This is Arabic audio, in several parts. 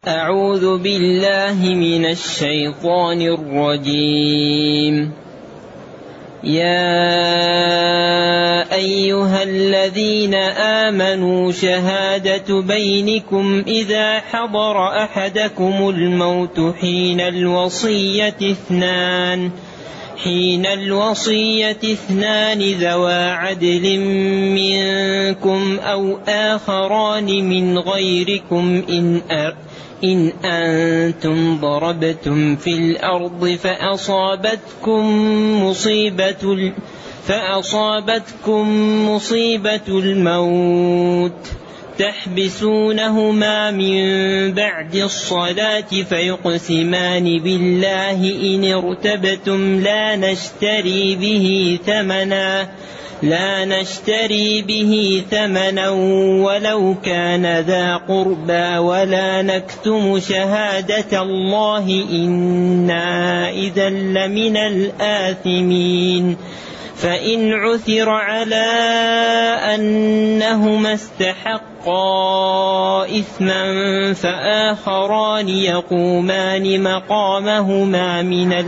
أعوذ بالله من الشيطان الرجيم. يا أيها الذين آمنوا شهادة بينكم إذا حضر أحدكم الموت حين الوصية اثنان ذوى عدل منكم أو آخران من غيركم إن أنتم ضربتم في الأرض فأصابتكم مصيبة الموت تحبسونهما من بعد الصلاة فيقسمان بالله إن ارتبتم لا نشتري به ثمنا ولو كان ذا قربى ولا نكتم شهادة الله إنا إذا لمن الآثمين. فإن عثر على أنهما استحقا إثما فآخران يقومان مقامهما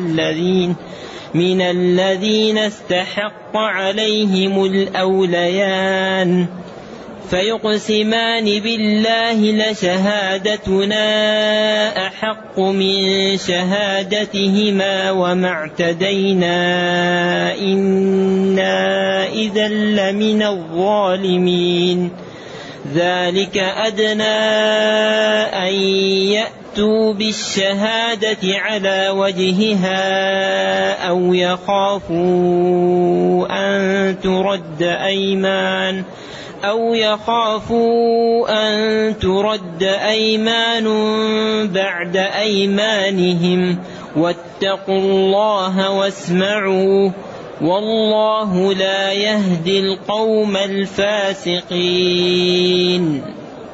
من الذين استحق عليهم الأوليان فيقسمان بالله لشهادتنا أحق من شهادتهما وما اعتدينا إنا إذا لمن الظالمين. ذلك أدنى أن يأتوا بالشهادة على وجهها أو يخافوا أن ترد أيمان بعد أيمانهم واتقوا الله واسمعوا والله لا يهدي القوم الفاسقين.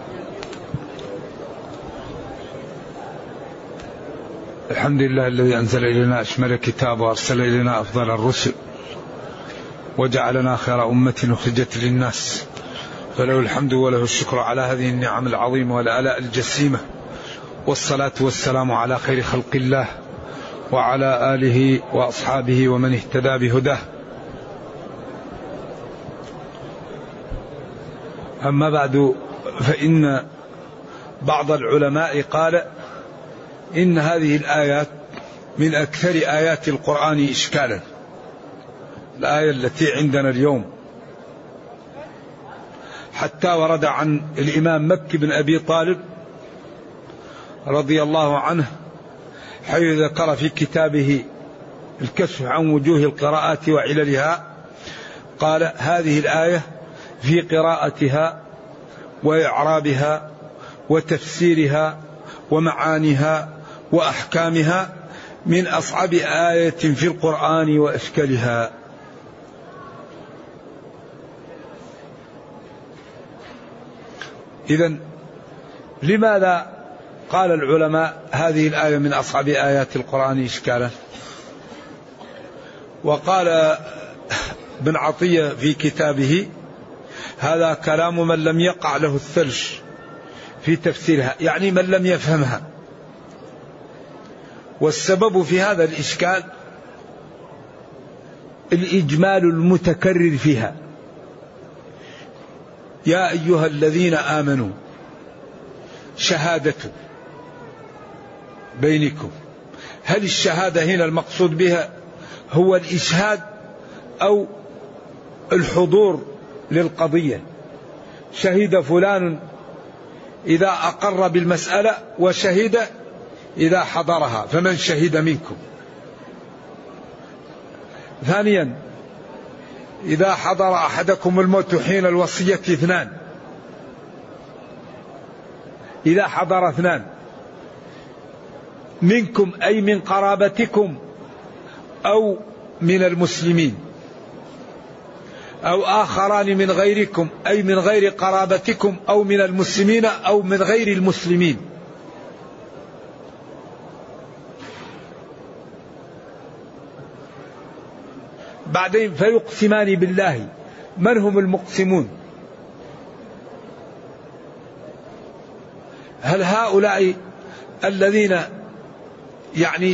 الحمد لله الذي أنزل إلينا أشمل الكتاب وأرسل إلينا أفضل الرسل وجعلنا خير أمة أخرجت للناس، فله الحمد وله الشكر على هذه النعم العظيمة والآلاء الجسيمة، والصلاة والسلام على خير خلق الله وعلى آله وأصحابه ومن اهتدى بهداه. أما بعد، فإن بعض العلماء قال إن هذه الآيات من أكثر آيات القرآن إشكالا. الآية التي عندنا اليوم حتى ورد عن الإمام مكي بن أبي طالب رضي الله عنه حيث ذكر في كتابه الكشف عن وجوه القراءات وعللها، قال هذه الآية في قراءتها وإعرابها وتفسيرها ومعانيها وأحكامها من أصعب آية في القرآن وأشكالها. إذن لماذا قال العلماء هذه الآية من أصعب آيات القرآن إشكالا؟ وقال ابن عطية في كتابه هذا كلام من لم يقع له الثلج في تفسيرها، يعني من لم يفهمها. والسبب في هذا الإشكال الإجمال المتكرر فيها. يا أيها الذين آمنوا شهادة بينكم. هل الشهادة هنا المقصود بها هو الإشهاد أو الحضور للقضية؟ شهد فلان إذا أقر بالمسألة وشهد إذا حضرها، فمن شهد منكم. ثانيا، إذا حضر أحدكم الموت حين الوصية اثنان، إذا حضر اثنان منكم أي من قرابتكم أو من المسلمين، أو آخران من غيركم أي من غير قرابتكم أو من المسلمين أو من غير المسلمين. بعدين فيقسمان بالله. من هم المقسمون؟ هل هؤلاء الذين يعني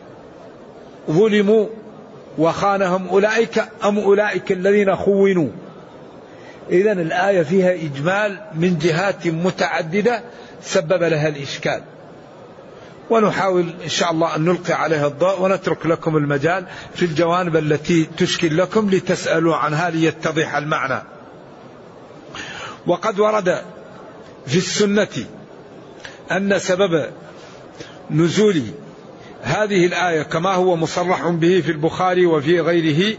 ظلموا وخانهم أولئك أم أولئك الذين خونوا؟ إذن الآية فيها إجمال من جهات متعددة سبب لها الإشكال، ونحاول إن شاء الله أن نلقي عليها الضوء ونترك لكم المجال في الجوانب التي تشكل لكم لتسألوا عنها ليتضح المعنى. وقد ورد في السنة أن سبب نزول هذه الآية كما هو مصرح به في البخاري وفي غيره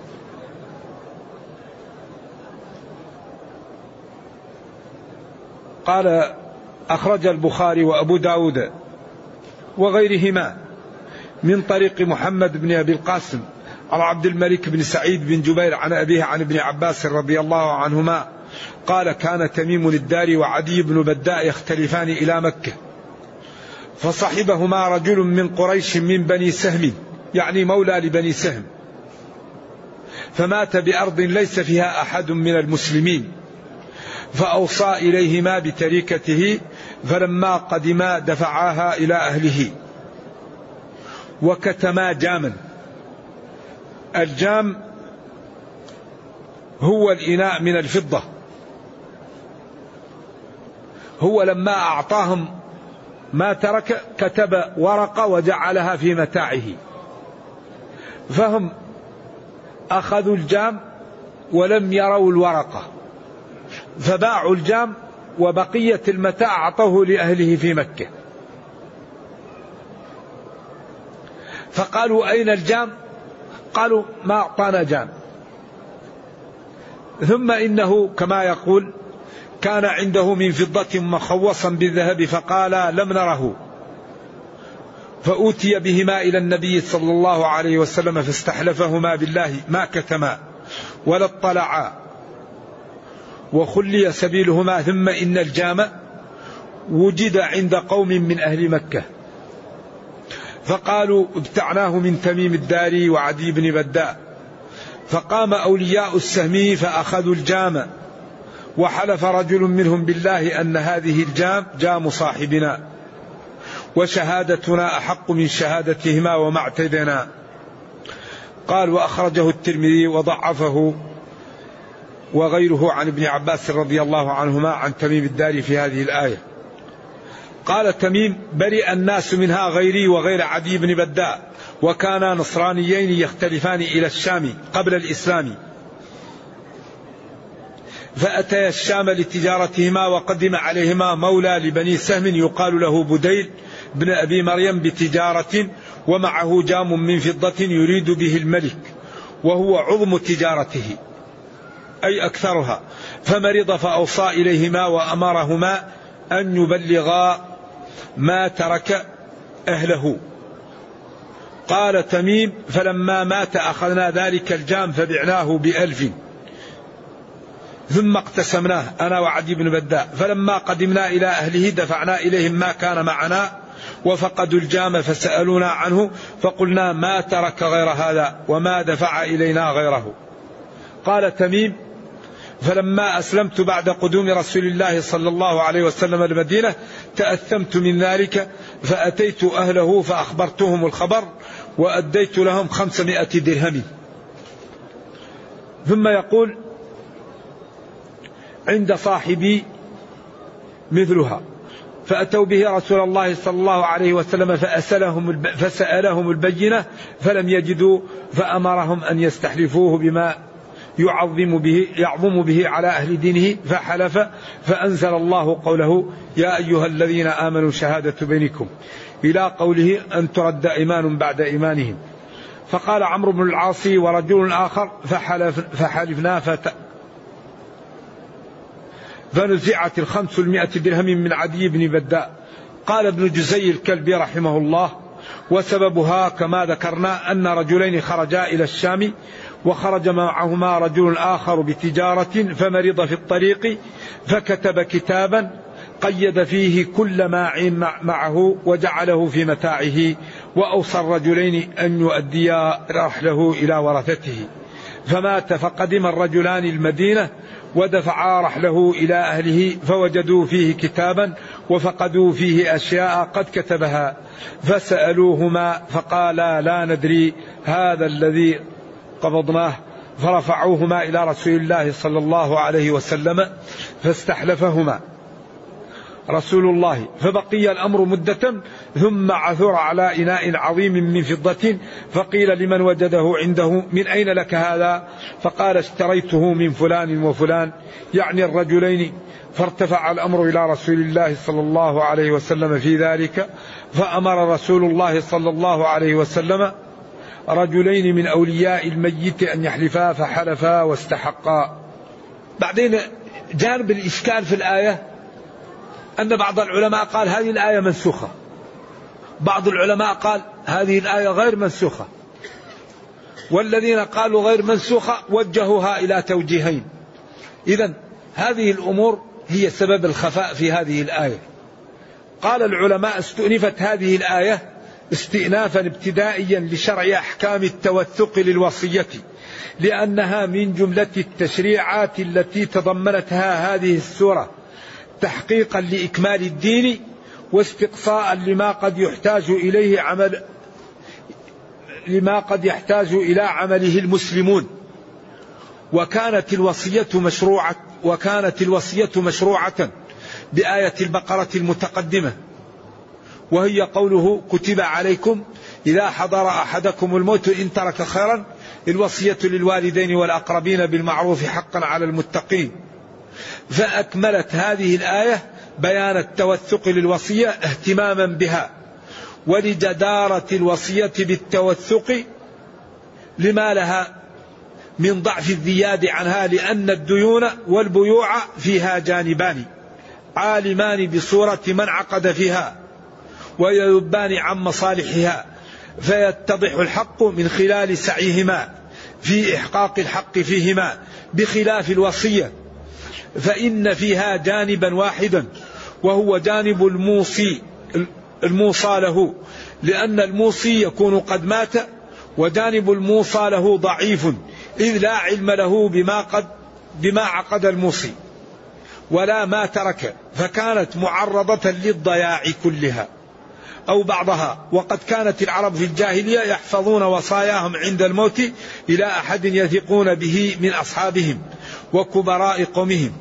قال أخرج البخاري وأبو داود وغيرهما من طريق محمد بن أبي القاسم عن عبد الملك بن سعيد بن جبير عن أبيه عن ابن عباس رضي الله عنهما قال كان تميم الداري وعدي بن بداء يختلفان إلى مكة، فصحبهما رجل من قريش من بني سهم، يعني مولى لبني سهم، فمات بأرض ليس فيها أحد من المسلمين، فأوصى إليهما بتركته، فلما قدما دفعاها إلى أهله وكتما جاما. الجام هو الإناء من الفضة، هو لما أعطاهم ما ترك كتب ورقة وجعلها في متاعه، فهم أخذوا الجام ولم يروا الورقة فباعوا الجام وبقية المتاع أعطوه لأهله في مكة، فقالوا أين الجام؟ قالوا ما أعطانا جام. ثم إنه كما يقول كان عنده من فضة مخوصا بالذهب فقال لم نره، فأوتي بهما إلى النبي صلى الله عليه وسلم فاستحلفهما بالله ما كتما ولا اطلعا وخلي سبيلهما، ثم إن الجام وجد عند قوم من أهل مكة فقالوا ابتعناه من تميم الداري وعدي بن بداء، فقام أولياء السهم فأخذوا الجام، وحلف رجل منهم بالله أن هذه الجام جام صاحبنا وشهادتنا أحق من شهادتهما وما اعتدنا. قال وأخرجه الترمذي وضعفه وغيره عن ابن عباس رضي الله عنهما عن تميم الداري في هذه الآية. قال تميم برئ الناس منها غيري وغير عدي بن بداء، وكانا نصرانيين يختلفان إلى الشام قبل الإسلام، فأتيا الشام لتجارتهما وقدم عليهما مولى لبني سهم يقال له بديل بن أبي مريم بتجارة، ومعه جام من فضة يريد به الملك وهو عظم تجارته أي أكثرها، فمرض فأوصى إليهما وأمرهما أن يبلغا ما ترك أهله. قال تميم فلما مات أخذنا ذلك الجام فبعناه ب1000 ثم اقتسمناه أنا وعدي بن بداء، فلما قدمنا إلى أهله دفعنا إليهم ما كان معنا وفقدوا الجام فسألونا عنه فقلنا ما ترك غير هذا وما دفع إلينا غيره. قال تميم فلما أسلمت بعد قدوم رسول الله صلى الله عليه وسلم المدينة تأثمت من ذلك، فأتيت أهله فأخبرتهم الخبر وأديت لهم 500 درهم. ثم يقول عند صاحبي مثلها، فأتوا به رسول الله صلى الله عليه وسلم فسألهم البينة فلم يجدوا، فأمرهم أن يستحلفوه بما يعظم به على أهل دينه، فحلف، فأنزل الله قوله يا أيها الذين آمنوا شهادة بينكم إلى قوله أن ترد إيمان بعد إيمانهم. فقال عمرو بن العاص ورجل آخر فحلفنا فنزعت 500 درهم من عدي بن بداء. قال ابن جزي الكلبي رحمه الله وسببها كما ذكرنا أن رجلين خرجا إلى الشام وخرج معهما رجل آخر بتجارة فمرض في الطريق، فكتب كتابا قيد فيه كل ما معه وجعله في متاعه، وأوصى الرجلين أن يؤديا رحله إلى ورثته، فمات فقدم الرجلان المدينة ودفعا رحله إلى أهله فوجدوا فيه كتابا وفقدوا فيه أشياء قد كتبها، فسألوهما فقالا لا ندري هذا الذي قبضناه، فرفعوهما إلى رسول الله صلى الله عليه وسلم فاستحلفهما رسول الله، فبقي الأمر مدة، ثم عثر على إناء عظيم من فضة، فقيل لمن وجده عنده من أين لك هذا؟ فقال اشتريته من فلان وفلان، يعني الرجلين. فارتفع الأمر إلى رسول الله صلى الله عليه وسلم في ذلك، فأمر رسول الله صلى الله عليه وسلم رجلين من أولياء الميت أن يحلفا، فحلفا واستحقا. بعدين جانب الإشكال في الآية أن بعض العلماء قال هذه الآية منسوخة، بعض العلماء قال هذه الآية غير منسوخة، والذين قالوا غير منسوخة وجهوها إلى توجيهين. إذن هذه الأمور هي سبب الخفاء في هذه الآية. قال العلماء استؤنفت هذه الآية استئنافا ابتدائيا لشرع أحكام التوثق للوصية، لأنها من جملة التشريعات التي تضمنتها هذه السورة تحقيقا لإكمال الدين واستقصاء لما قد يحتاج إلى عمله المسلمون. وكانت الوصية مشروعة بآية البقرة المتقدمة، وهي قوله كتب عليكم إذا حضر أحدكم الموت إن ترك خيرا الوصية للوالدين والأقربين بالمعروف حقا على المتقين. فأكملت هذه الآية بيان التوثق للوصية اهتماما بها، ولجدارة الوصية بالتوثق لما لها من ضعف الزياد عنها، لأن الديون والبيوع فيها جانبان عالمان بصورة من عقد فيها ويذبان عن مصالحها، فيتضح الحق من خلال سعيهما في إحقاق الحق فيهما، بخلاف الوصية فإن فيها جانبا واحدا وهو جانب الموصى له، لأن الموصي يكون قد مات، وجانب الموصى له ضعيف إذ لا علم له بما عقد الموصي ولا ما ترك، فكانت معرضة للضياع كلها أو بعضها. وقد كانت العرب في الجاهلية يحفظون وصاياهم عند الموت إلى أحد يثقون به من أصحابهم وكبراء قومهم.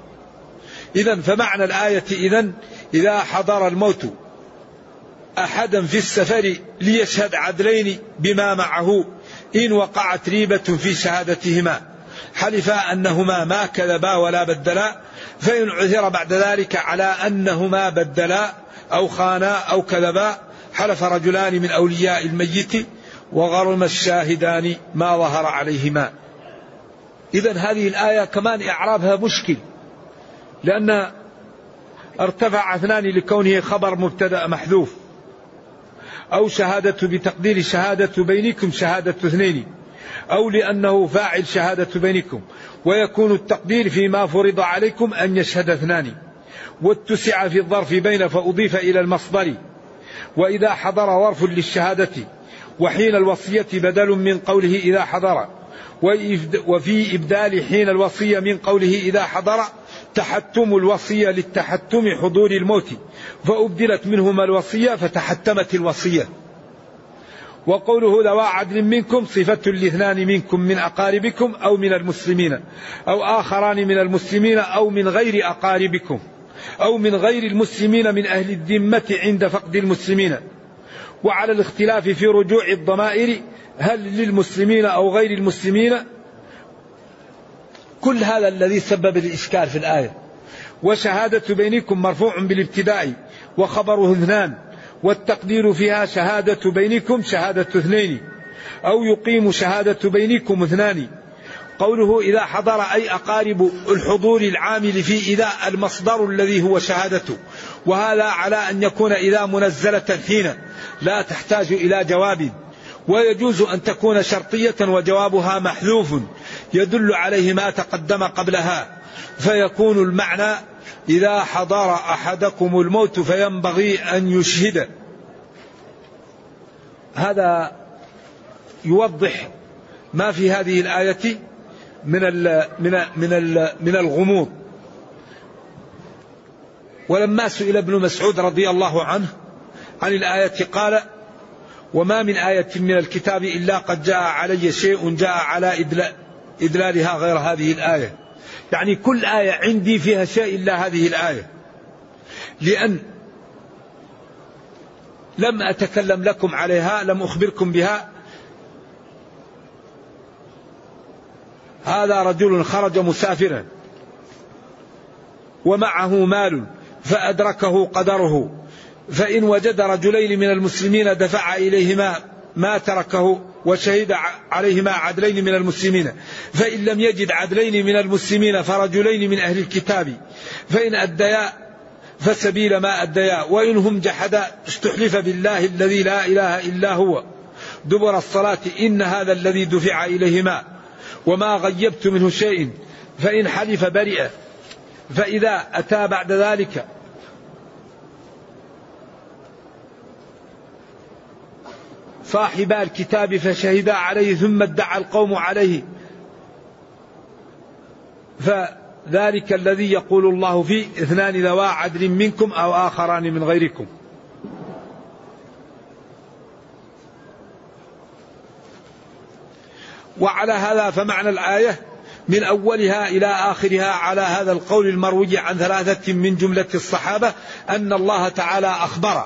إذن فمعنى الآية إذا حضر الموت أحدا في السفر ليشهد عدلين بما معه إن وقعت ريبة في شهادتهما حلفا أنهما ما كذبا ولا بدلا، فإن عثر بعد ذلك على أنهما بدلا أو خانا أو كذبا حلف رجلان من أولياء الميت وغرم الشاهدان ما ظهر عليهما. إذن هذه الآية كمان إعرابها مشكل، لأن ارتفع اثنان لكونه خبر مبتدأ محذوف، أو شهادة بتقدير شهادة بينكم شهادة اثنين، أو لأنه فاعل شهادة بينكم، ويكون التقدير فيما فرض عليكم أن يشهد اثنان، واتسع في الظرف بين فأضيف إلى المصدر. وإذا حضر ظرف للشهادة، وحين الوصية بدل من قوله إذا حضر، وفي إبدال حين الوصية من قوله إذا حضر تحتم الوصية للتحتم حضور الموت، فأبدلت منهما الوصية فتحتمت الوصية. وقوله ذوى عدل منكم صفة لاثنان منكم من أقاربكم أو من المسلمين، أو آخران من المسلمين أو من غير أقاربكم أو من غير المسلمين من أهل الذمة عند فقد المسلمين. وعلى الاختلاف في رجوع الضمائر هل للمسلمين أو غير المسلمين. كل هذا الذي سبب الإشكال في الآية. وشهادة بينكم مرفوع بالابتداء وخبره اثنان، والتقدير فيها شهادة بينكم شهادة اثنين، أو يقيم شهادة بينكم اثنان. قوله إذا حضر أي أقارب الحضور العامل في إذا المصدر الذي هو شهادته، وهذا على أن يكون إذا منزلة حين لا تحتاج إلى جواب، ويجوز أن تكون شرطية وجوابها محذوف يدل عليه ما تقدم قبلها، فيكون المعنى إذا حضر أحدكم الموت فينبغي أن يشهد. هذا يوضح ما في هذه الآية من الغموض. ولما سئل ابن مسعود رضي الله عنه عن الآية قال: وما من آية من الكتاب إلا قد جاء علي شيء جاء على إدلالها غير هذه الآية. يعني كل آية عندي فيها شيء إلا هذه الآية، لأن لم أتكلم لكم عليها، لم أخبركم بها. هذا رجل خرج مسافرا ومعه مال فأدركه قدره، فإن وجد رجلين من المسلمين دفع إليهما ما تركه وشهد عليهما عدلين من المسلمين، فإن لم يجد عدلين من المسلمين فرجلين من أهل الكتاب، فإن أديا فسبيل ما أديا، وإنهم جحدا استحلف بالله الذي لا إله إلا هو دبر الصلاة إن هذا الذي دفع إليهما وما غيبت منه شيء، فإن حلف برئ. فإذا أتى بعد ذلك صاحبا الكتاب فشهدا عليه ثم ادعى القوم عليه، فذلك الذي يقول الله فيه: اثنان ذوا عدل منكم أو آخران من غيركم. وعلى هذا فمعنى الآية من أولها إلى آخرها على هذا القول المروي عن 3 من جملة الصحابة أن الله تعالى أخبر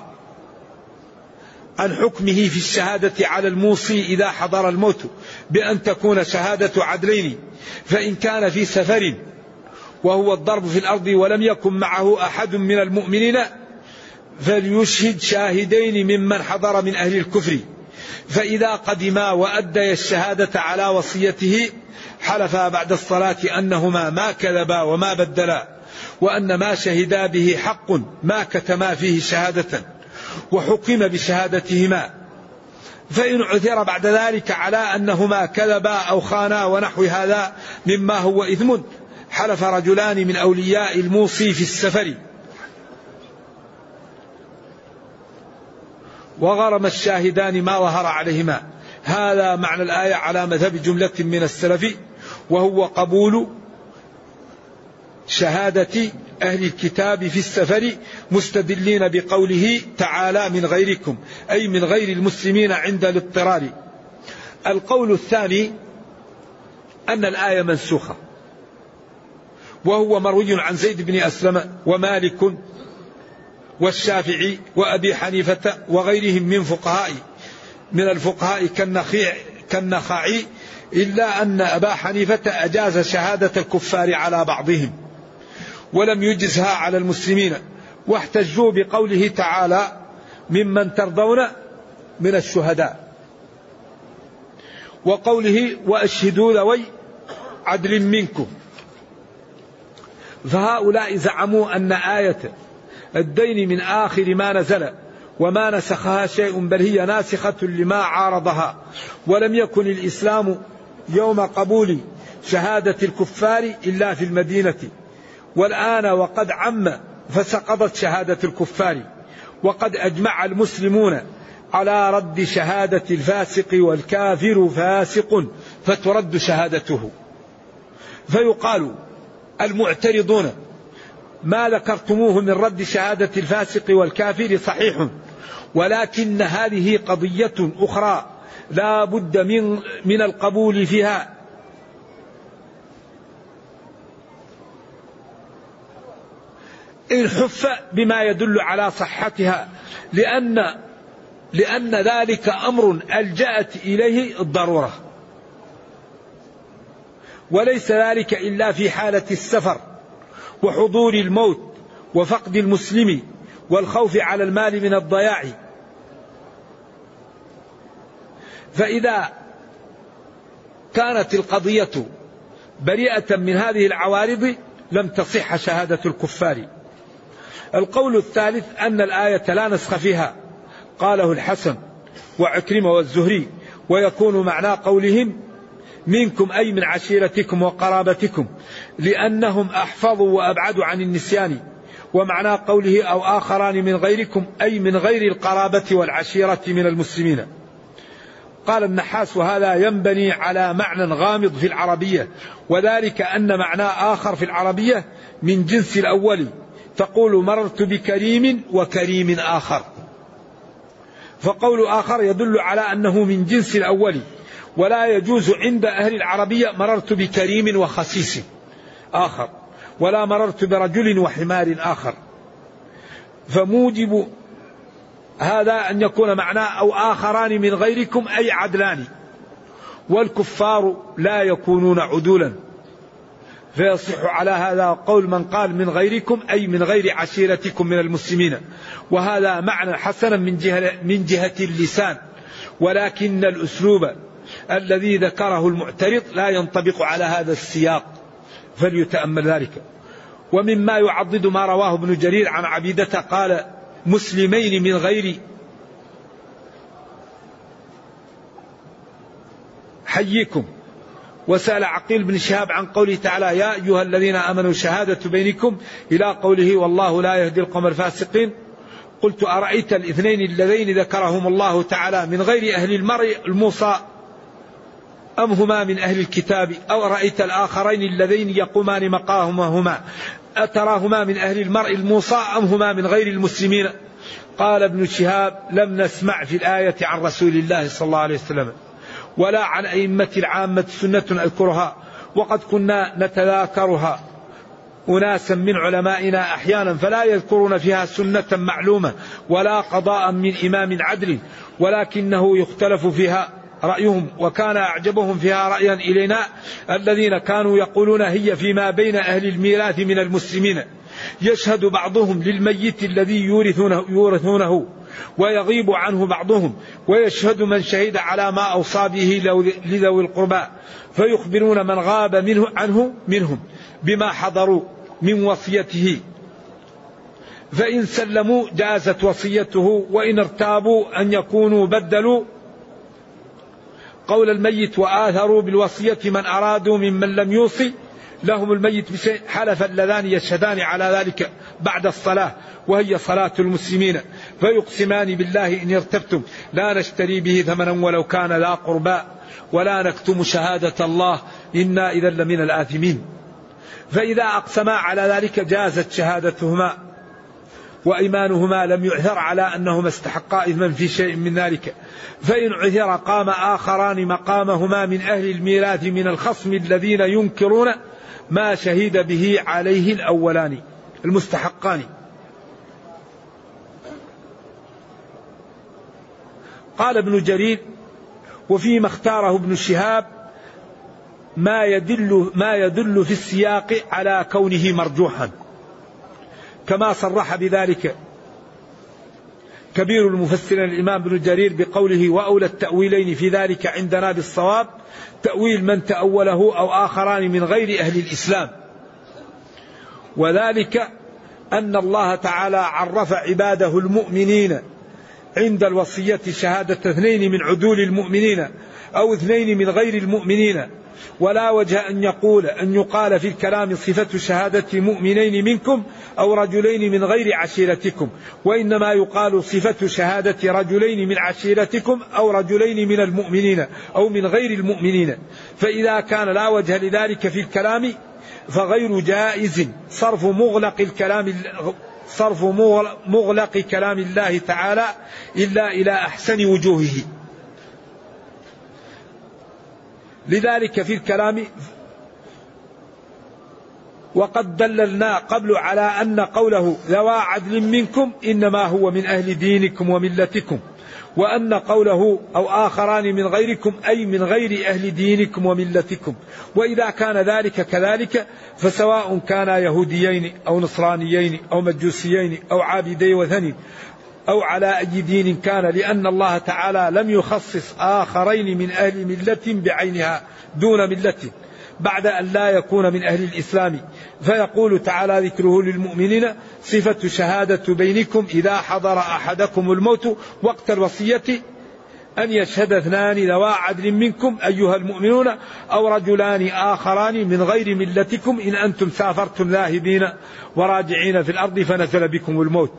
عن حكمه في الشهادة على الموصي إذا حضر الموت بأن تكون شهادة عدلين، فإن كان في سفر وهو الضرب في الأرض ولم يكن معه أحد من المؤمنين فليشهد شاهدين ممن حضر من أهل الكفر، فإذا قدما وأديا الشهادة على وصيته حلفا بعد الصلاة أنهما ما كذبا وما بدلا، وأن ما شهدا به حق ما كتما فيه شهادة، وحكم بشهادتهما. فإن عثر بعد ذلك على أنهما كذبا أو خانا ونحو هذا مما هو إثم حلف رجلان من أولياء الموصي في السفر وغرم الشاهدان ما ظهر عليهما. هذا معنى الآية على مذهب جملة من السلف، وهو قبول شهادة أهل الكتاب في السفر مستدلين بقوله تعالى من غيركم، أي من غير المسلمين عند الاضطرار. القول الثاني أن الآية منسوخة، وهو مروي عن زيد بن أسلم ومالك والشافعي وأبي حنيفة وغيرهم من الفقهاء كالنخعي، إلا أن أبا حنيفة أجاز شهادة الكفار على بعضهم ولم يجزها على المسلمين، واحتجوا بقوله تعالى ممن ترضون من الشهداء، وقوله وأشهدوا ذوي عدل منكم. فهؤلاء زعموا أن آية الدين من آخر ما نزل وما نسخها شيء، بل هي ناسخة لما عارضها، ولم يكن الإسلام يوم قبول شهادة الكفار إلا في المدينة، والآن وقد عم فسقطت شهادة الكفار، وقد أجمع المسلمون على رد شهادة الفاسق، والكافر فاسق فترد شهادته. فيقال المعترضون ما ذكرتموه من رد شهادة الفاسق والكافر صحيح، ولكن هذه قضية أخرى لا بد من القبول فيها، إن حف بما يدل على صحتها، لأن ذلك أمر ألجأت إليه الضرورة، وليس ذلك إلا في حالة السفر وحضور الموت وفقد المسلم والخوف على المال من الضياع. فإذا كانت القضية بريئة من هذه العوارض لم تصح شهادة الكفار. القول الثالث أن الآية لا نسخ فيها، قاله الحسن وعكرمة والزهري، ويكون معنى قولهم منكم أي من عشيرتكم وقرابتكم، لأنهم أحفظوا وأبعدوا عن النسيان، ومعنى قوله أو آخران من غيركم أي من غير القرابة والعشيرة من المسلمين. قال النحاس وهذا ينبني على معنى غامض في العربية، وذلك أن معنى آخر في العربية من جنس الأول، تقول مررت بكريم وكريم آخر، فقول آخر يدل على أنه من جنس الأول، ولا يجوز عند أهل العربية مررت بكريم وخسيس آخر، ولا مررت برجل وحمار آخر. فموجب هذا أن يكون معناه أو آخران من غيركم أي عدلان، والكفار لا يكونون عدولا، فيصح على هذا قول من قال من غيركم أي من غير عشيرتكم من المسلمين، وهذا معنى حسنا من جهة اللسان، ولكن الأسلوب الذي ذكره المعترض لا ينطبق على هذا السياق، فليتأمل ذلك. ومما يعضد ما رواه ابن جرير عن عبيدة قال مسلمين من غير حيكم. وسأل عقيل بن شهاب عن قوله تعالى يا أيها الذين آمنوا شهادة بينكم إلى قوله والله لا يهدي القوم الفاسقين. قلت أرأيت الاثنين اللذين ذكرهم الله تعالى من غير أهل المرء الموصى أم هما من أهل الكتاب، أو رأيت الآخرين اللذين يقومان مقامهما أتراهما من أهل المرء الموصى أم هما من غير المسلمين؟ قال ابن شهاب لم نسمع في الآية عن رسول الله صلى الله عليه وسلم ولا عن أئمة العامة سنة أذكرها، وقد كنا نتذاكرها أناسا من علمائنا أحيانا فلا يذكرون فيها سنة معلومة ولا قضاء من إمام عدل، ولكنه يختلف فيها رأيهم، وكان أعجبهم فيها رأيا إلينا الذين كانوا يقولون هي فيما بين أهل الميراث من المسلمين، يشهد بعضهم للميت الذي يورثونه ويغيب عنه بعضهم، ويشهد من شهد على ما أوصى به لذوي القربى، فيخبرون من غاب عنه منهم بما حضروا من وصيته، فإن سلموا جازت وصيته، وإن ارتابوا أن يكونوا بدلوا قول الميت وآثروا بالوصية من أرادوا ممن لم يوصي لهم الميت بشيء حلف اللذان يشهدان على ذلك بعد الصلاة وهي صلاة المسلمين، فيقسمان بالله إن ارتبتم لا نشتري به ثمنا ولو كان ذا قربى ولا نكتم شهادة الله إنا إذا لمن الآثمين. فإذا أقسما على ذلك جازت شهادتهما وإيمانهما لم يعثر على أنهما استحقا إثما في شيء من ذلك. فإن عثر قام آخران مقامهما من أهل الميراث من الخصم الذين ينكرون ما شهد به عليه الأولان المستحقان. قال ابن جرير وفيما اختاره ابن شهاب ما يدل في السياق على كونه مرجوحا، كما صرح بذلك كبير المفسرين الإمام ابن جرير بقوله وأولى التأويلين في ذلك عندنا بالصواب تأويل من تأوله أو آخران من غير أهل الإسلام، وذلك أن الله تعالى عرف عباده المؤمنين عند الوصية شهادة اثنين من عدول المؤمنين أو اثنين من غير المؤمنين، ولا وجه أن يقال في الكلام صفة شهادة مؤمنين منكم أو رجلين من غير عشيرتكم، وإنما يقال صفة شهادة رجلين من عشيرتكم أو رجلين من المؤمنين أو من غير المؤمنين. فإذا كان لا وجه لذلك في الكلام فغير جائز صرف مغلق كلام الله تعالى إلا إلى أحسن وجوهه. لذلك في الكلام وقد دللنا قبل على أن قوله ذوى عدل منكم إنما هو من أهل دينكم وملتكم، وأن قوله أو آخران من غيركم أي من غير أهل دينكم وملتكم. وإذا كان ذلك كذلك فسواء كانا يهوديين أو نصرانيين أو مجوسيين أو عابدي وثني أو على أي دين كان، لأن الله تعالى لم يخصص آخرين من أهل ملة بعينها دون ملة بعد أن لا يكون من أهل الإسلام. فيقول تعالى ذكره للمؤمنين صفة شهادة بينكم إذا حضر أحدكم الموت وقت الوصية أن يشهد اثنان ذوى عدل منكم أيها المؤمنون أو رجلان آخران من غير ملتكم إن أنتم سافرتم ذاهبين وراجعين في الأرض فنزل بكم الموت.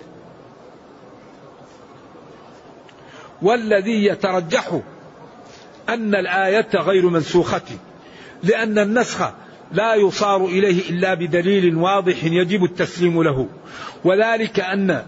والذي يترجح أن الآية غير منسوخة، لأن النسخ لا يصار إليه إلا بدليل واضح يجب التسليم له، وذلك أن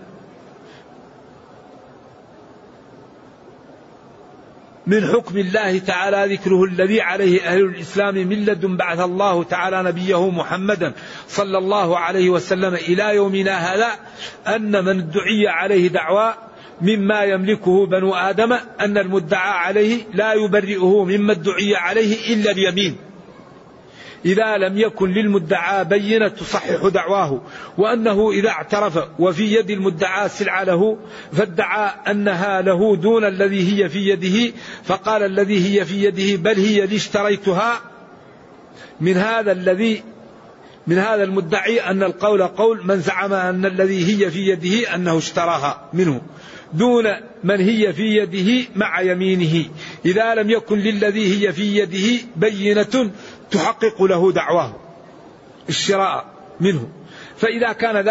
من حكم الله تعالى ذكره الذي عليه أهل الإسلام من لدن بعث الله تعالى نبيه محمدا صلى الله عليه وسلم إلى يومنا هذا، أن من ادعي عليه دعوى مما يملكه بنو آدم أن المدعى عليه لا يبرئه مما ادعي عليه إلا اليمين، إذا لم يكن للمدعى بينة تصحح دعواه، وأنه إذا اعترف وفي يد المدعى سلعة له فادعى أنها له دون الذي هي في يده، فقال الذي هي في يده بل هي لي اشتريتها من هذا المدعي، أن القول قول من زعم أن الذي هي في يده أنه اشتراها منه دون من هي في يده مع يمينه، إذا لم يكن للذي هي في يده بينة تحقق له دعواه الشراء منه. فإذا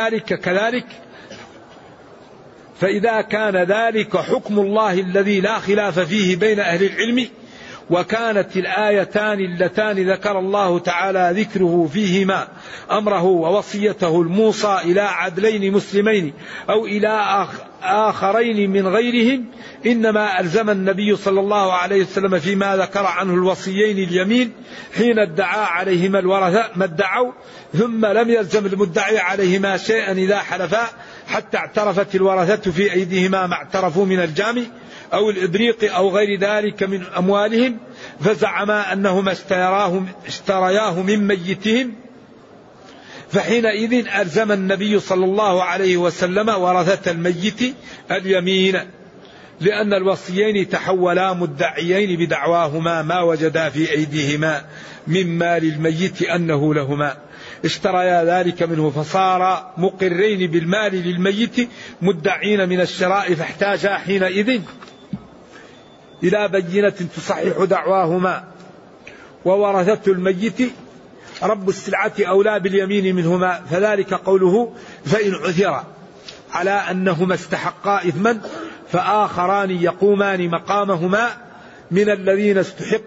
كان ذلك حكم الله الذي لا خلاف فيه بين أهل العلم، وكانت الآيتان اللتان ذكر الله تعالى ذكره فيهما أمره ووصيته الموصى إلى عدلين مسلمين أو إلى آخرين من غيرهم، إنما ألزم النبي صلى الله عليه وسلم فيما ذكر عنه الوصيين اليمين حين ادعى عليهما الورثة ما ادعوا، ثم لم يلزم المدعي عليهما شيئا إذا حلفا حتى اعترفت الورثة في أيديهما ما اعترفوا من الجامع أو الإبريق أو غير ذلك من أموالهم، فزعما أنهما اشترياه من ميتهم، فحينئذ ألزم النبي صلى الله عليه وسلم ورثة الميت اليمين، لأن الوصيين تحولا مدعيين بدعواهما ما وجدا في أيديهما من مال الميت أنه لهما، اشتريا ذلك منه فصار مقرين بالمال للميت مدعين من الشراء، فاحتاجا حينئذ إلى بينة تصحح دعواهما، وورثة الميت رب السلعة أولى باليمين منهما، فذلك قوله فإن عثر على أنهما استحقا إثما فآخران يقومان مقامهما من الذين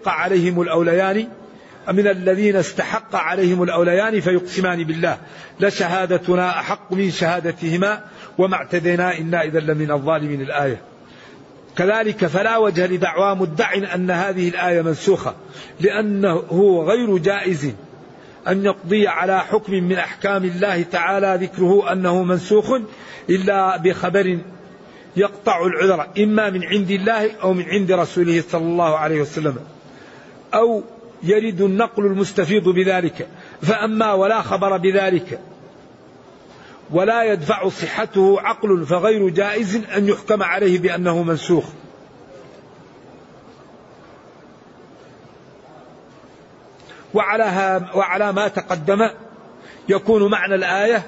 استحق عليهم الأوليان فيقسمان بالله لشهادتنا أحق من شهادتهما وما اعتدينا إنا إذا لمن الظالمين الآية. كذلك فلا وجه لدعوى مدع أن هذه الآية منسوخة، لأنه غير جائز أن يقضي على حكم من أحكام الله تعالى ذكره أنه منسوخ إلا بخبر يقطع العذر إما من عند الله أو من عند رسوله صلى الله عليه وسلم، أو يرد النقل المستفيض بذلك، فأما ولا خبر بذلك ولا يدفع صحته عقل فغير جائز أن يحكم عليه بأنه منسوخ. وعلى ما تقدم يكون معنى الآية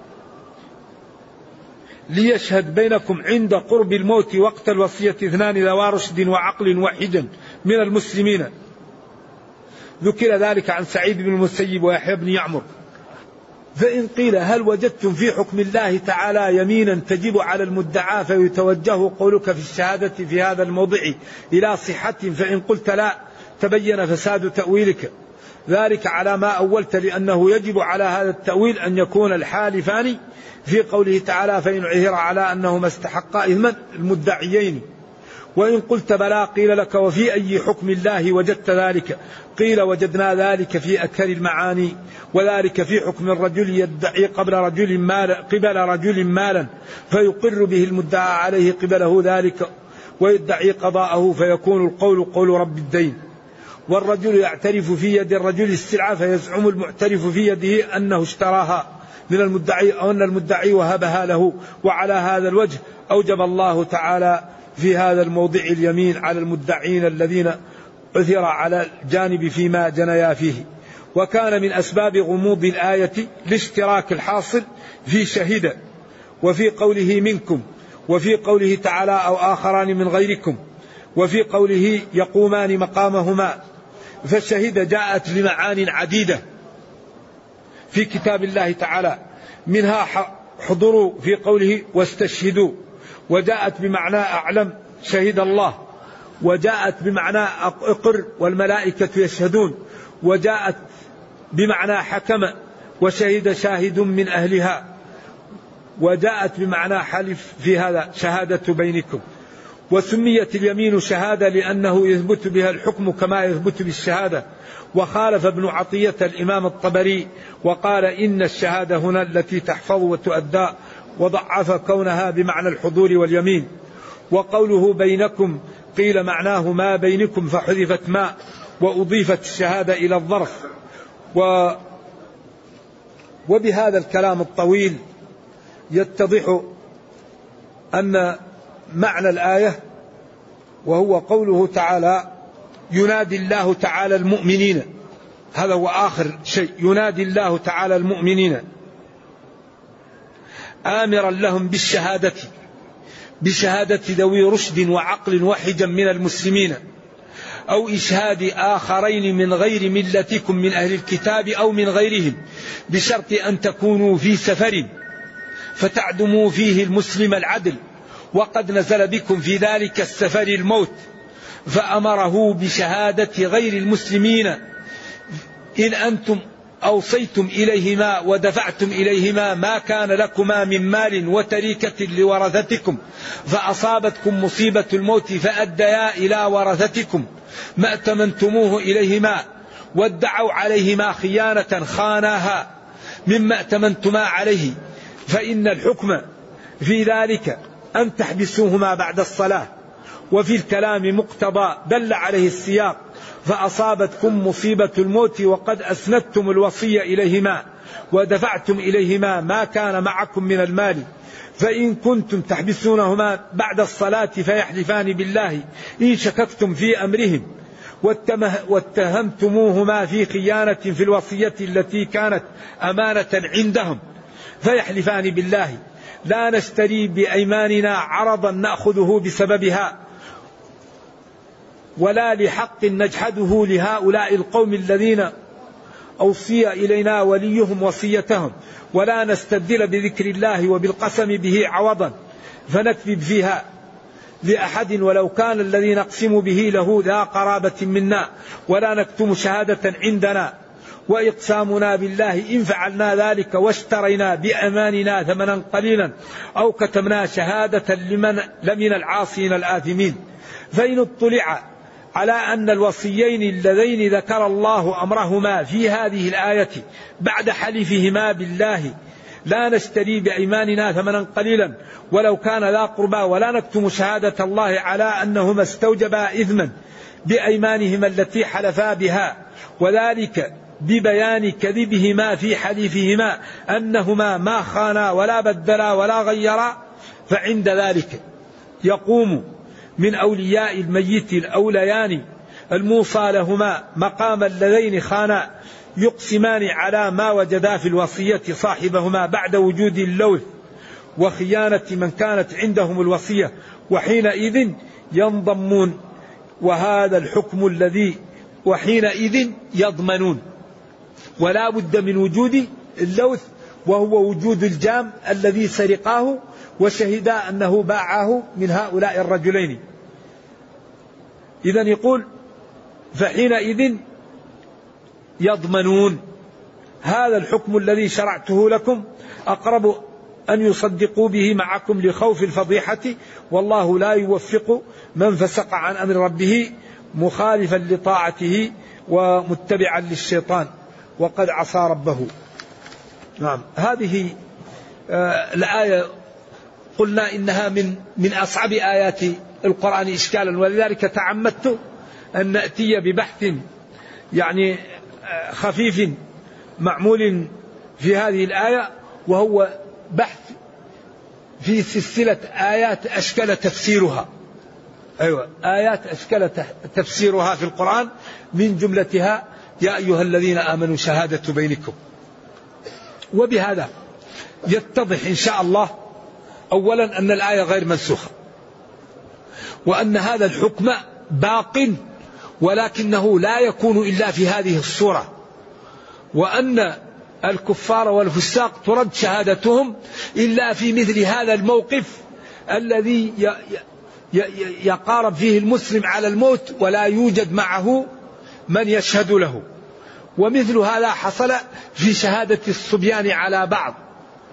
ليشهد بينكم عند قرب الموت وقت الوصية اثنان ذوى رشد وعقل واحد من المسلمين. ذكر ذلك عن سعيد بن المسيب ويحيى بن يعمر. فإن قيل هل وجدتم في حكم الله تعالى يمينا تجب على المدعى فيتوجه قولك في الشهادة في هذا الموضع إلى صحة، فإن قلت لا تبين فساد تأويلك ذلك على ما أولت، لأنه يجب على هذا التأويل أن يكون الحالفان في قوله تعالى فإن عثر على أنهما استحقا إثما المدعيين. وإن قلت بلى قيل لك وفي أي حكم الله وجدت ذلك؟ قيل وجدنا ذلك في أكثر المعاني، وذلك في حكم الرجل يدعي قبل رجل مالا فيقر به المدعى عليه قبله ذلك ويدعي قضاءه فيكون القول قول رب الدين، والرجل يعترف في يد الرجل السلعة فيزعم المعترف في يده أنه اشتراها من المدعي أو أن المدعي وهبها له، وعلى هذا الوجه أوجب الله تعالى في هذا الموضع اليمين على المدعين الذين عثر على الجانب فيما جنيا فيه. وكان من أسباب غموض الآية الاشتراك الحاصل في شهد، وفي قوله منكم، وفي قوله تعالى أو آخران من غيركم، وفي قوله يقومان مقامهما. فالشهيد جاءت لمعان عديدة في كتاب الله تعالى، منها حضروا في قوله واستشهدوا، وجاءت بمعنى أعلم شهد الله، وجاءت بمعنى أقر والملائكة يشهدون، وجاءت بمعنى حكم وشهد شاهد من أهلها، وجاءت بمعنى حلف في هذا شهادة بينكم. وسميت اليمين شهادة لأنه يثبت بها الحكم كما يثبت بالشهادة. وخالف ابن عطية الإمام الطبري وقال إن الشهادة هنا التي تحفظ وتؤدى، وضعف كونها بمعنى الحضور واليمين. وقوله بينكم قيل معناه ما بينكم فحذفت ما وأضيفت الشهادة إلى الظرف. وبهذا الكلام الطويل يتضح أن معنى الآية، وهو قوله تعالى ينادي الله تعالى المؤمنين، هذا هو آخر شيء، ينادي الله تعالى المؤمنين آمرا لهم بشهادة ذوي رشد وعقل وحجا من المسلمين، أو إشهاد آخرين من غير ملتكم من أهل الكتاب أو من غيرهم، بشرط أن تكونوا في سفر فتعدموا فيه المسلم العدل، وقد نزل بكم في ذلك السفر الموت، فأمره بشهادة غير المسلمين إن أنتم أوصيتم إليهما ودفعتم إليهما ما كان لكما من مال وتريكة لورثتكم، فأصابتكم مصيبة الموت فأديا إلى ورثتكم ما ائتمنتموه إليهما، وادعوا عليهما خيانة خاناها مما ائتمنتما عليه، فإن الحكم في ذلك أن تحبسوهما بعد الصلاة. وفي الكلام مقتضى دل عليه السياق، فأصابتكم مصيبة الموت وقد أسندتم الوصية إليهما ودفعتم إليهما ما كان معكم من المال، فإن كنتم تحبسونهما بعد الصلاة فيحلفان بالله إن شككتم في أمرهم واتهمتموهما في خيانة في الوصية التي كانت أمانة عندهم، فيحلفان بالله لا نشتري بأيماننا عرضا نأخذه بسببها، ولا لحق نجحده لهؤلاء القوم الذين أوصي إلينا وليهم وصيتهم، ولا نستبدل بذكر الله وبالقسم به عوضا فنكذب فيها لأحد ولو كان الذي نقسم به له ذا قرابة منا، ولا نكتم شهادة عندنا، وإقسامنا بالله إن فعلنا ذلك واشترينا بأماننا ثمنا قليلا أو كتمنا شهادة لمن العاصين الآثمين. فإن اطلع على أن الوصيين اللذين ذكر الله أمرهما في هذه الآية بعد حلفهما بالله لا نشتري بأيماننا ثمنا قليلا ولو كان ذا قربى، ولا نكتم شهادة الله على أنهما استوجبا إثما بأيمانهما التي حلفا بها، وذلك ببيان كذبهما في حليفهما أنهما ما خانا ولا بدلا ولا غيرا، فعند ذلك يقوم من أولياء الميت الأوليان الموصى لهما مقام اللذين خانا يقسمان على ما وجدا في الوصية صاحبهما بعد وجود اللوث وخيانة من كانت عندهم الوصية، وحينئذ ينضمون، وهذا الحكم الذي وحينئذ يضمنون، ولا بد من وجود اللوث وهو وجود الجام الذي سرقاه وشهدا أنه باعه من هؤلاء الرجلين. إذن يقول فحينئذ يضمنون. هذا الحكم الذي شرعته لكم أقرب أن يصدقوا به معكم لخوف الفضيحة، والله لا يوفق من فسق عن أمر ربه مخالفا لطاعته ومتبعا للشيطان وقد عصى ربه. نعم، هذه الآية قلنا إنها من أصعب آيات القرآن إشكالا، ولذلك تعمدت أن نأتي ببحث يعني خفيف معمول في هذه الآية، وهو بحث في سلسلة آيات أشكال تفسيرها. أيوة، آيات أشكال تفسيرها في القرآن، من جملتها يا أيها الذين آمنوا شهادة بينكم. وبهذا يتضح إن شاء الله أولا أن الآية غير منسوخة، وأن هذا الحكم باق ولكنه لا يكون إلا في هذه الصورة، وأن الكفار والفساق ترد شهادتهم إلا في مثل هذا الموقف الذي يقارب فيه المسلم على الموت ولا يوجد معه من يشهد له. ومثل هذا حصل في شهادة الصبيان على بعض،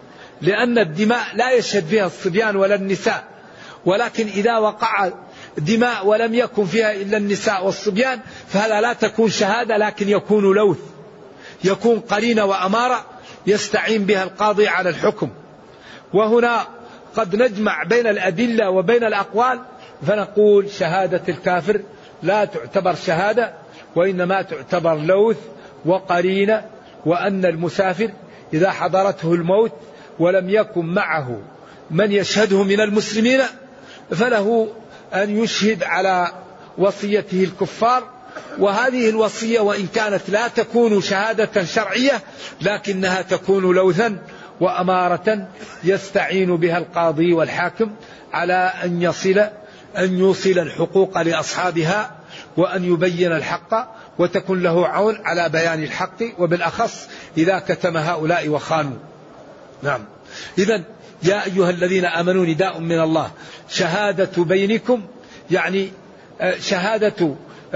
لأن الدماء لا يشهد فيها الصبيان ولا النساء، ولكن إذا وقع دماء ولم يكن فيها إلا النساء والصبيان فهذا لا تكون شهادة، لكن يكون لوث، يكون قرينة وأمارة يستعين بها القاضي على الحكم. وهنا قد نجمع بين الأدلة وبين الأقوال فنقول شهادة الكافر لا تعتبر شهادة، وإنما تعتبر لوث وقرينة، وأن المسافر إذا حضرته الموت ولم يكن معه من يشهده من المسلمين فله أن يشهد على وصيته الكفار. وهذه الوصية وإن كانت لا تكون شهادة شرعية لكنها تكون لوثا وأمارة يستعين بها القاضي والحاكم على أن يوصل الحقوق لأصحابها، وأن يبين الحق وتكون له عون على بيان الحق، وبالأخص إذا كتم هؤلاء وخانوا. نعم. إذن يا أيها الذين آمنوا نداء من الله، شهادة بينكم يعني شهادة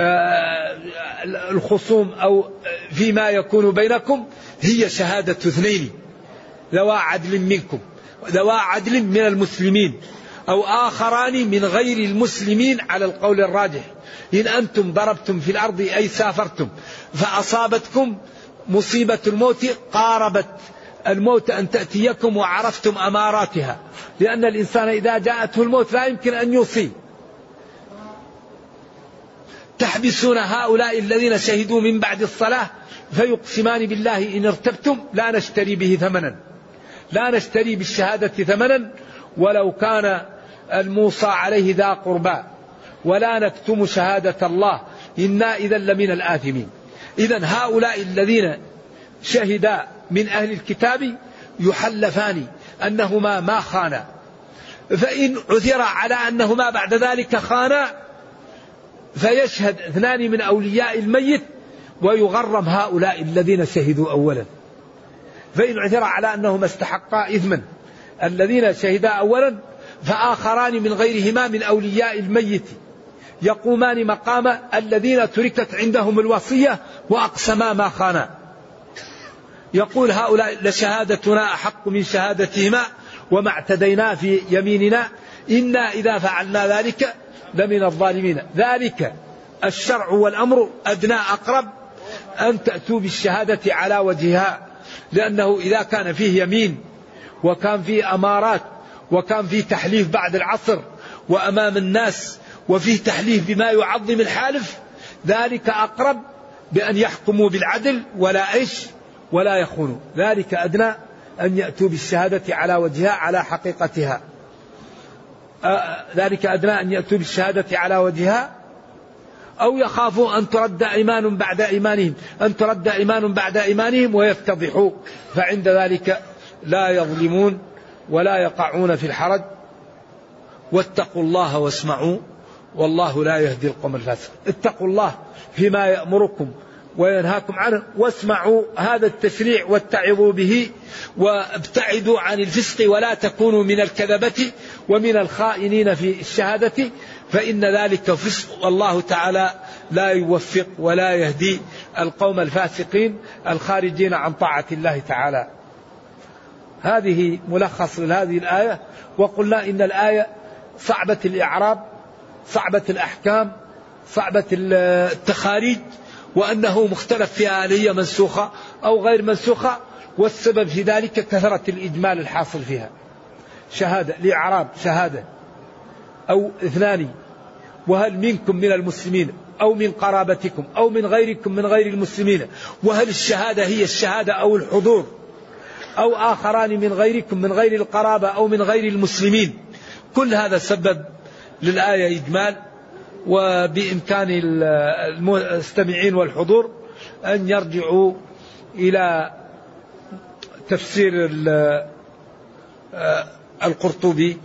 الخصوم أو فيما يكون بينكم هي شهادة اثنين ذوى عدل منكم، ذوى عدل من المسلمين أو آخران من غير المسلمين على القول الراجح. إن أنتم ضربتم في الأرض أي سافرتم فأصابتكم مصيبة الموت قاربت الموت أن تأتيكم وعرفتم أماراتها، لأن الإنسان إذا جاءته الموت لا يمكن أن يوصي. تحبسون هؤلاء الذين شهدوا من بعد الصلاة فيقسمان بالله إن ارتبتم لا نشتري به ثمنا، لا نشتري بالشهادة ثمنا ولو كان الموصى عليه ذا قربى، ولا نكتم شهادة الله إنا إذا لمن الآثمين. إذن هؤلاء الذين شهدا من أهل الكتاب يحلفان أنهما ما خانا، فإن عثر على أنهما بعد ذلك خانا فيشهد اثنان من أولياء الميت ويغرم هؤلاء الذين شهدوا أولا. فإن عثر على أنهما استحقا إثما الذين شهدا أولا فآخران من غيرهما من أولياء الميت يقومان مقام الذين تركت عندهم الوصية وأقسما ما خانا. يقول هؤلاء لشهادتنا أحق من شهادتهما وما اعتدينا في يميننا إنا إذا فعلنا ذلك لمن الظالمين. ذلك الشرع والأمر أدنى أقرب أن تأتوا بالشهادة على وجهها، لأنه إذا كان فيه يمين وكان فيه أمارات وكان فيه تحليف بعد العصر وأمام الناس وفيه تحليف بما يعظم الحالف ذلك أقرب بأن يحكموا بالعدل ولا يخونوا. ذلك أدنى أن يأتوا بالشهادة على وجهها على حقيقتها. ذلك أدنى أن يأتوا بالشهادة على وجهها أو يخافوا أن ترد إيمان بعد إيمانهم ويفتضحوا، فعند ذلك لا يظلمون ولا يقعون في الحرج. واتقوا الله واسمعوا والله لا يهدي القوم الفاسقين. اتقوا الله فيما يأمركم وينهاكم عنه، واسمعوا هذا التشريع واتعظوا به، وابتعدوا عن الفسق ولا تكونوا من الكذبة ومن الخائنين في الشهادة، فإن ذلك فسق والله تعالى لا يوفق ولا يهدي القوم الفاسقين الخارجين عن طاعة الله تعالى. هذه ملخص لهذه الآية. وقلنا إن الآية صعبة الإعراب، صعبة الأحكام، صعبة التخاريج، وأنه مختلف فيها هل هي منسوخة أو غير منسوخة، والسبب في ذلك كثرة الإجمال الحاصل فيها. شهادة لإعراب شهادة أو اثنان، وهل منكم من المسلمين أو من قرابتكم أو من غيركم من غير المسلمين، وهل الشهادة هي الشهادة أو الحضور، أو آخران من غيركم من غير القرابة أو من غير المسلمين. كل هذا سبب للآية إجمال، وبإمكان المستمعين والحضور أن يرجعوا إلى تفسير القرطبي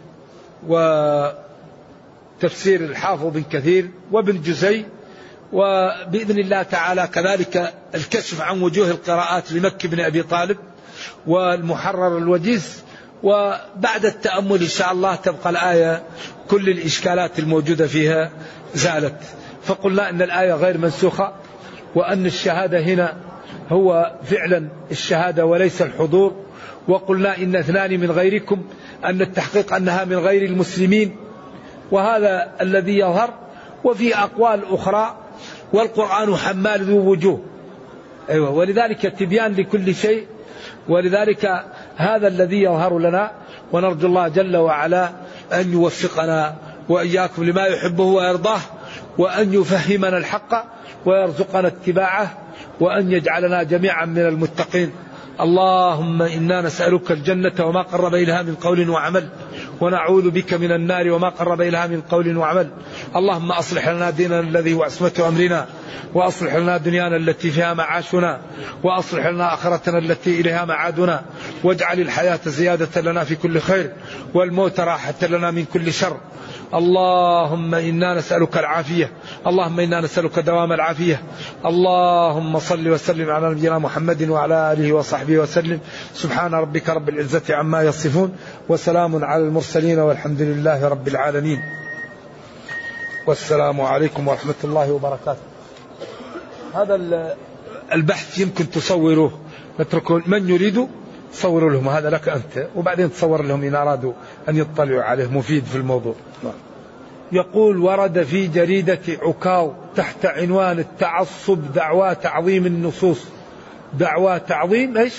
وتفسير الحافظ بن كثير وابن جزي، وبإذن الله تعالى كذلك الكشف عن وجوه القراءات لمكي بن أبي طالب والمحرر الوجيز. وبعد التأمل إن شاء الله تبقى الآية كل الإشكالات الموجودة فيها زالت. فقلنا أن الآية غير منسوخة، وأن الشهادة هنا هو فعلا الشهادة وليس الحضور، وقلنا إن 2 من غيركم، أن التحقيق أنها من غير المسلمين، وهذا الذي يظهر. وفي أقوال أخرى والقرآن حمال ذو وجوه، أيوة، ولذلك تبيان لكل شيء، ولذلك هذا الذي يظهر لنا. ونرجو الله جل وعلا أن يوفقنا وإياكم لما يحبه ويرضاه، وأن يفهمنا الحق ويرزقنا اتباعه، وأن يجعلنا جميعا من المتقين. اللهم إنا نسألك الجنة وما قرب إليها من قول وعمل، ونعوذ بك من النار وما قرب إليها من قول وعمل. اللهم أصلح لنا ديننا الذي هو عصمة أمرنا، وأصلح لنا دنيانا التي فيها معاشنا، وأصلح لنا آخرتنا التي إليها معادنا، واجعل الحياة زيادة لنا في كل خير، والموت راحة لنا من كل شر. اللهم إنا نسألك العافية، اللهم إنا نسألك دوام العافية. اللهم صل وسلم على نبينا محمد وعلى آله وصحبه وسلم. سبحان ربك رب العزة عما يصفون، وسلام على المرسلين، والحمد لله رب العالمين. والسلام عليكم ورحمة الله وبركاته. هذا البحث يمكن تصوروه، نتركه من يريد صوروا لهم، هذا لك أنت، وبعدين تصور لهم إن أرادوا أن يطلعوا عليه، مفيد في الموضوع. يقول: ورد في جريدة عكاظ تحت عنوان التعصب دعوى تعظيم النصوص. دعوى تعظيم إيش؟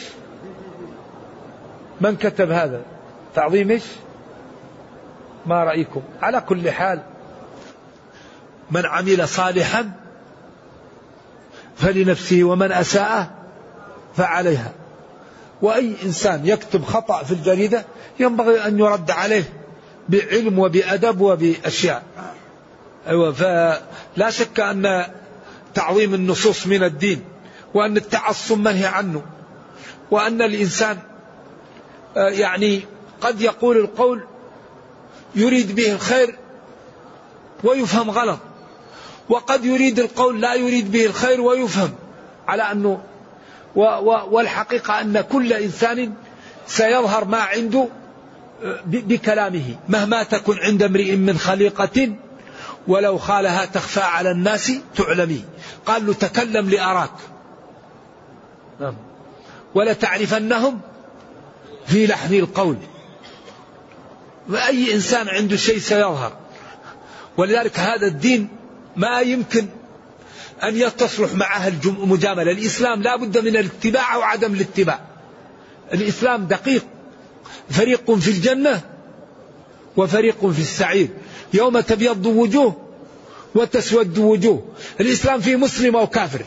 من كتب هذا؟ تعظيم إيش؟ ما رأيكم؟ على كل حال، من عمل صالحا فلنفسه ومن أساء فعليها. وأي إنسان يكتب خطأ في الجريدة ينبغي أن يرد عليه بعلم وبأدب وبأشياء. أيوة، فلا شك أن تعظيم النصوص من الدين، وأن التعصب منهي عنه، وأن الإنسان يعني قد يقول القول يريد به الخير ويفهم غلط، وقد يريد القول لا يريد به الخير ويفهم على أنه والحقيقة أن كل إنسان سيظهر ما عنده بكلامه، مهما تكن عند امرئ من خليقة ولو خالها تخفى على الناس تعلمي. قال له: تكلم لأراك ولا تعرفنهم في لحن القول. وأي إنسان عنده شيء سيظهر. ولذلك هذا الدين ما يمكن أن تصلح معها المجاملة. الإسلام لا بد من الاتباع أو عدم الاتباع. الإسلام دقيق، فريق في الجنة وفريق في السعير، يوم تبيض وجوه وتسود وجوه. الإسلام فيه مسلم أو كافر،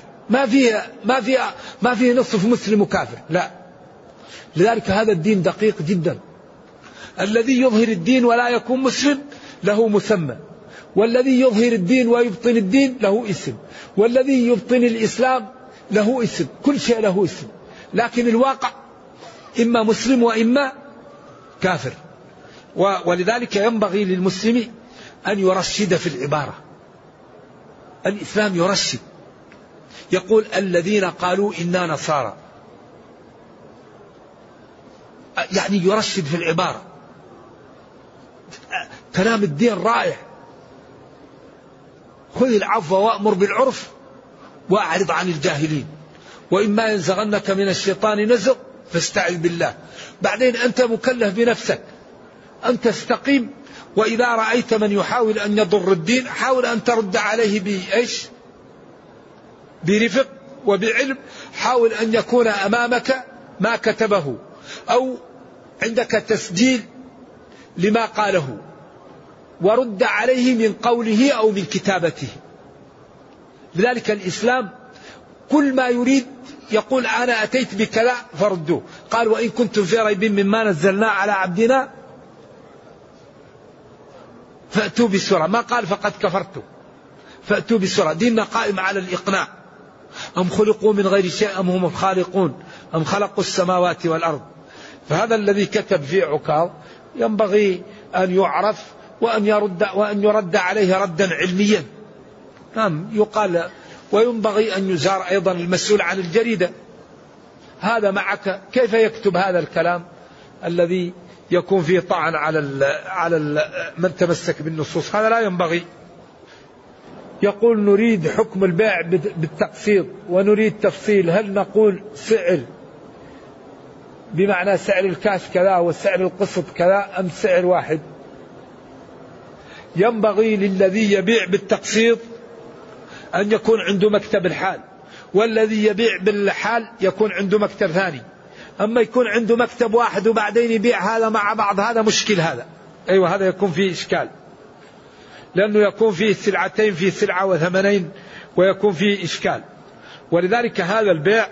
ما فيه نصف مسلم وكافر، لا. لذلك هذا الدين دقيق جدا. الذي يظهر الدين ولا يكون مسلم له مسمى، والذي يظهر الدين ويبطن الدين له اسم، والذي يبطن الإسلام له اسم، كل شيء له اسم. لكن الواقع إما مسلم وإما كافر. ولذلك ينبغي للمسلم أن يرشد في العبارة. الإسلام يرشد، يقول: الذين قالوا إنا نصارى، يعني يرشد في العبارة. كلام الدين رائع. خذ العفو وأمر بالعرف وأعرض عن الجاهلين، وإما ينزغنك من الشيطان نزغ فاستعذ بالله. بعدين أنت مكلف بنفسك أن تستقيم، وإذا رأيت من يحاول أن يضر الدين حاول أن ترد عليه بإيش؟ برفق وبعلم. حاول أن يكون أمامك ما كتبه أو عندك تسجيل لما قاله، ورد عليه من قوله أو من كتابته. لذلك الإسلام كل ما يريد يقول: أنا أتيت بكذا فردوه. قال: وإن كنتم في ريب مما نزلنا على عبدنا فأتوا بسورة. ما قال فقد كفرتم، فأتوا بسورة. ديننا قائم على الإقناع. أم خلقوا من غير شيء أم هم الخالقون أم خلقوا السماوات والأرض. فهذا الذي كتب في عكاظ ينبغي أن يعرف وأن يرد عليه ردا علميا. نعم، يقال. وينبغي أن يزار أيضا المسؤول عن الجريدة. هذا معك كيف يكتب هذا الكلام الذي يكون فيه طعن على من تمسك بالنصوص؟ هذا لا ينبغي. يقول: نريد حكم البيع بالتقسيط ونريد تفصيل. هل نقول سعر بمعنى سعر الكاش كذا والسعر القسط كذا أم سعر واحد؟ ينبغي للذي يبيع بالتقسيط أن يكون عنده مكتب الحال، والذي يبيع بالحال يكون عنده مكتب ثاني. أما يكون عنده مكتب واحد وبعدين يبيع هذا مع بعض، هذا مشكل. هذا أيوة، هذا يكون فيه إشكال، لأنه يكون فيه سلعتين في سلعة وثمنين ويكون فيه إشكال. ولذلك هذا البيع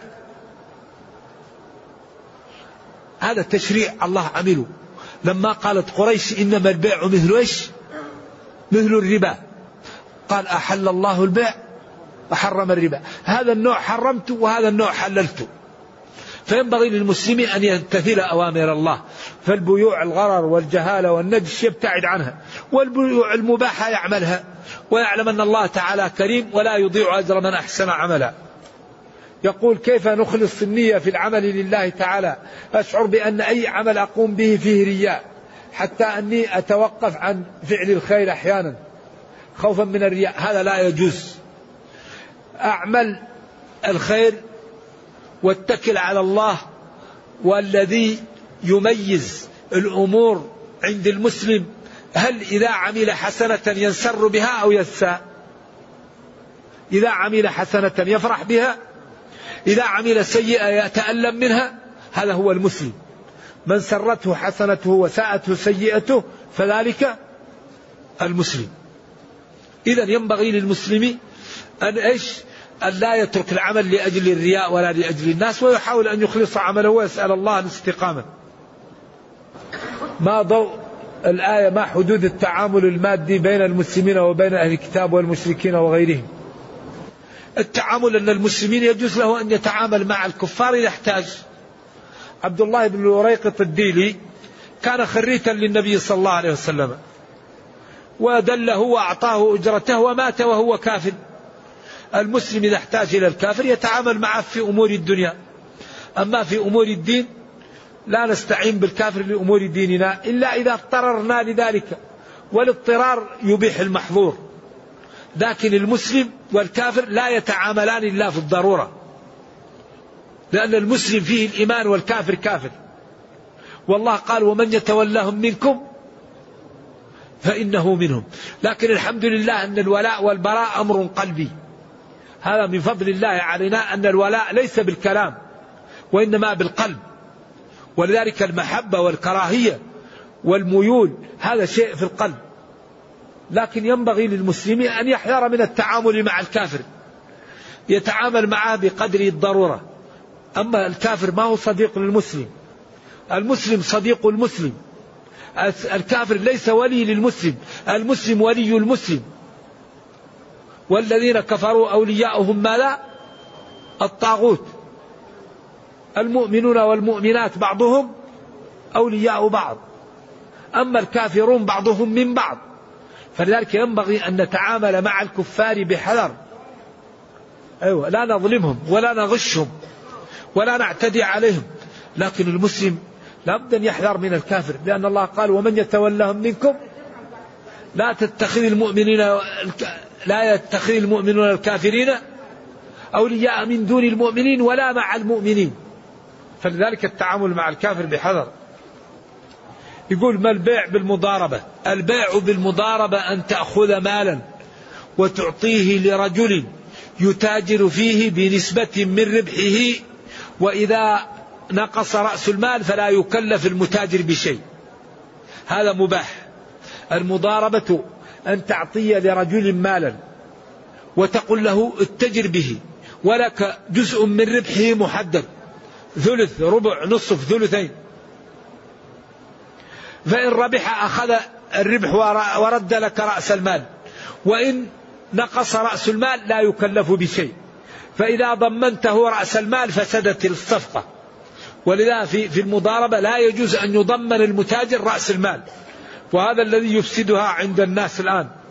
هذا تشريع الله عمله. لما قالت قريش إنما البيع مثل إيش؟ مثل الربا. قال أحل الله البيع وحرم الربا. هذا النوع حرمته وهذا النوع حللته. فينبغي للمسلمين أن يمتثل أوامر الله. فالبيوع الغرر والجهالة والنجش يبتعد عنها، والبيوع المباحة يعملها، ويعلم أن الله تعالى كريم ولا يضيع أجر من أحسن عملا. يقول كيف نخلص النية في العمل لله تعالى؟ أشعر بأن أي عمل أقوم به فيه رياء، حتى أني أتوقف عن فعل الخير أحيانا خوفا من الرياء. هذا لا يجوز. أعمل الخير واتكل على الله. والذي يميز الأمور عند المسلم هل إذا عمل حسنة ينسر بها أو يساء؟ إذا عمل حسنة يفرح بها، إذا عمل سيئة يتألم منها. هذا هو المسلم. من سرته حسنته وساءته سيئته فذلك المسلم. إذن ينبغي للمسلم أن لا يترك العمل لأجل الرياء ولا لأجل الناس، ويحاول أن يخلص عمله ويسأل الله الاستقامة. ما ضوء الآية؟ ما حدود التعامل المادي بين المسلمين وبين أهل الكتاب والمشركين وغيرهم؟ التعامل أن المسلمين يجوز له أن يتعامل مع الكفار إذا احتاج. عبد الله بن الوريقط الديلي كان خريتا للنبي صلى الله عليه وسلم، ودله وأعطاه أجرته ومات وهو كافر. المسلم إذا احتاج إلى الكافر يتعامل معه في أمور الدنيا، أما في أمور الدين لا نستعين بالكافر لأمور ديننا إلا إذا اضطررنا لذلك، والاضطرار يبيح المحظور. لكن المسلم والكافر لا يتعاملان إلا في الضرورة، لأن المسلم فيه الإيمان والكافر كافر. والله قال ومن يتولهم منكم فإنه منهم. لكن الحمد لله أن الولاء والبراء أمر قلبي. هذا من فضل الله علينا أن الولاء ليس بالكلام وإنما بالقلب. ولذلك المحبة والكراهية والميول هذا شيء في القلب. لكن ينبغي للمسلم أن يحذر من التعامل مع الكافر، يتعامل معه بقدر الضرورة. أما الكافر ما هو صديق للمسلم، المسلم صديق المسلم. الكافر ليس ولي للمسلم، المسلم ولي المسلم. والذين كفروا أولياؤهم ماذا؟ الطاغوت. المؤمنون والمؤمنات بعضهم أولياء بعض، أما الكافرون بعضهم من بعض. فلذلك ينبغي أن نتعامل مع الكفار بحذر. أيوة، لا نظلمهم ولا نغشهم ولا نعتدي عليهم. لكن المسلم لابد أن يحذر من الكافر، لأن الله قال ومن يتولهم منكم لا يتخذ المؤمنون الكافرين أولياء من دون المؤمنين ولا مع المؤمنين. فلذلك التعامل مع الكافر بحذر. يقول ما البيع بالمضاربة؟ البيع بالمضاربة أن تأخذ مالا وتعطيه لرجل يتاجر فيه بنسبة من ربحه، وإذا نقص رأس المال فلا يكلف المتاجر بشيء. هذا مباح. المضاربة أن تعطي لرجل مالا وتقول له اتجر به، ولك جزء من ربحه محدد، ثلث، ربع، نصف، ثلثين. فإن ربح أخذ الربح ورد لك رأس المال، وإن نقص رأس المال لا يكلف بشيء. فإذا ضمنته رأس المال فسدت الصفقة. ولذا في المضاربة لا يجوز أن يضمن المتاجر رأس المال، وهذا الذي يفسدها عند الناس الآن.